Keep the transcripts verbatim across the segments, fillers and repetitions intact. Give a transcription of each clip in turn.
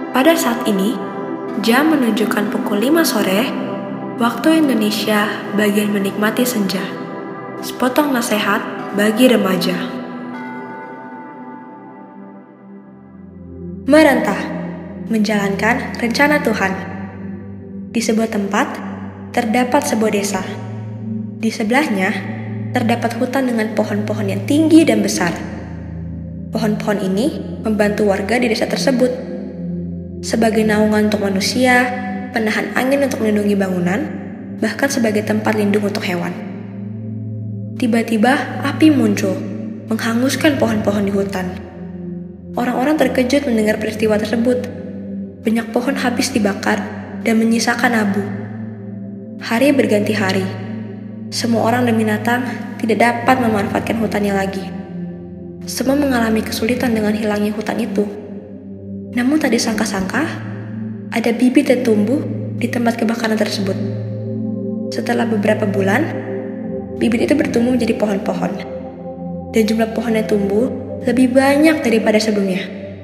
Pada saat ini, jam menunjukkan pukul lima sore, waktu Indonesia bagian menikmati senja. Sepotong nasihat bagi remaja. Merentah, menjalankan rencana Tuhan. Di sebuah tempat, terdapat sebuah desa. Di sebelahnya, terdapat hutan dengan pohon-pohon yang tinggi dan besar. Pohon-pohon ini membantu warga di desa tersebut. Sebagai naungan untuk manusia, penahan angin untuk melindungi bangunan, bahkan sebagai tempat lindung untuk hewan. Tiba-tiba api muncul, menghanguskan pohon-pohon di hutan. Orang-orang terkejut mendengar peristiwa tersebut. Banyak pohon habis dibakar dan menyisakan abu. Hari berganti hari. Semua orang dan binatang tidak dapat memanfaatkan hutannya lagi. Semua mengalami kesulitan dengan hilangnya hutan itu. Namun tak disangka-sangka, ada bibit yang tumbuh di tempat kebakaran tersebut. Setelah beberapa bulan, bibit itu bertumbuh menjadi pohon-pohon. Dan jumlah pohon yang tumbuh lebih banyak daripada sebelumnya.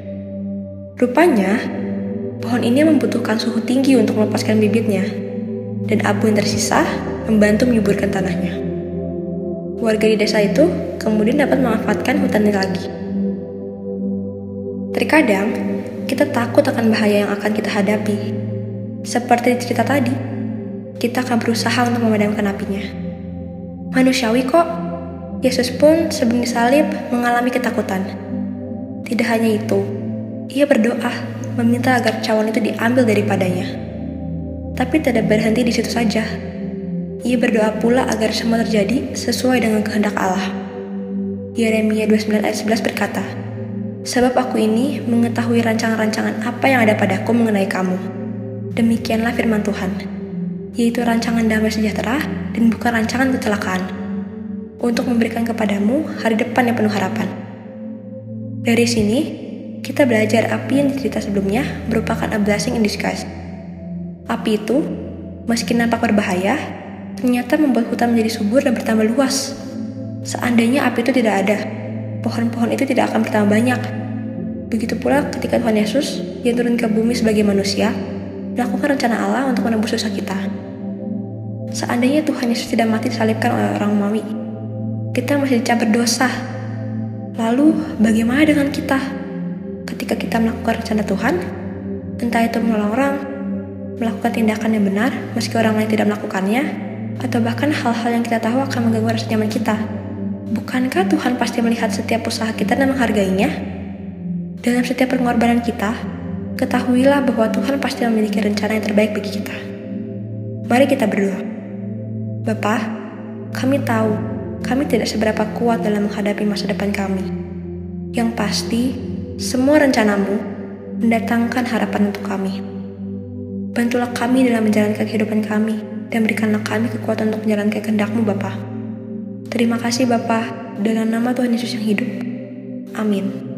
Rupanya, pohon ini membutuhkan suhu tinggi untuk melepaskan bibitnya. Dan abu yang tersisa membantu menyuburkan tanahnya. Warga di desa itu kemudian dapat memanfaatkan hutan ini lagi. Terkadang, kita takut akan bahaya yang akan kita hadapi. Seperti cerita tadi, kita akan berusaha untuk memadamkan apinya. Manusiawi kok, Yesus pun sebelum disalib mengalami ketakutan. Tidak hanya itu, ia berdoa meminta agar cawan itu diambil daripadanya. Tapi tidak berhenti di situ saja. Ia berdoa pula agar semua terjadi sesuai dengan kehendak Allah. Yeremia dua puluh sembilan ayat sebelas berkata, "Sebab aku ini mengetahui rancangan-rancangan apa yang ada padaku mengenai kamu. Demikianlah firman Tuhan, yaitu rancangan damai sejahtera dan bukan rancangan kecelakaan, untuk memberikan kepadamu hari depan yang penuh harapan." Dari sini, kita belajar api yang dicerita sebelumnya merupakan a blessing in disguise. Api itu, meski nampak berbahaya, ternyata membuat hutan menjadi subur dan bertambah luas. Seandainya api itu tidak ada, pohon-pohon itu tidak akan bertambah banyak. Begitu pula ketika Tuhan Yesus yang turun ke bumi sebagai manusia, melakukan rencana Allah untuk menebus dosa kita. Seandainya Tuhan Yesus tidak mati disalibkan oleh orang Romawi, kita masih dicap berdosa. Lalu bagaimana dengan kita? Ketika kita melakukan rencana Tuhan, entah itu menolong orang, melakukan tindakan yang benar meski orang lain tidak melakukannya, atau bahkan hal-hal yang kita tahu akan mengganggu rasa nyaman kita. Bukankah Tuhan pasti melihat setiap usaha kita dan menghargainya? Dalam setiap pengorbanan kita, ketahuilah bahwa Tuhan pasti memiliki rencana yang terbaik bagi kita. Mari kita berdoa. Bapa, kami tahu kami tidak seberapa kuat dalam menghadapi masa depan kami. Yang pasti, semua rencanamu mendatangkan harapan untuk kami. Bantulah kami dalam menjalankan kehidupan kami, dan berikanlah kami kekuatan untuk menjalankan kehendak-Mu, Bapa. Terima kasih Bapa, dalam nama Tuhan Yesus yang hidup. Amin.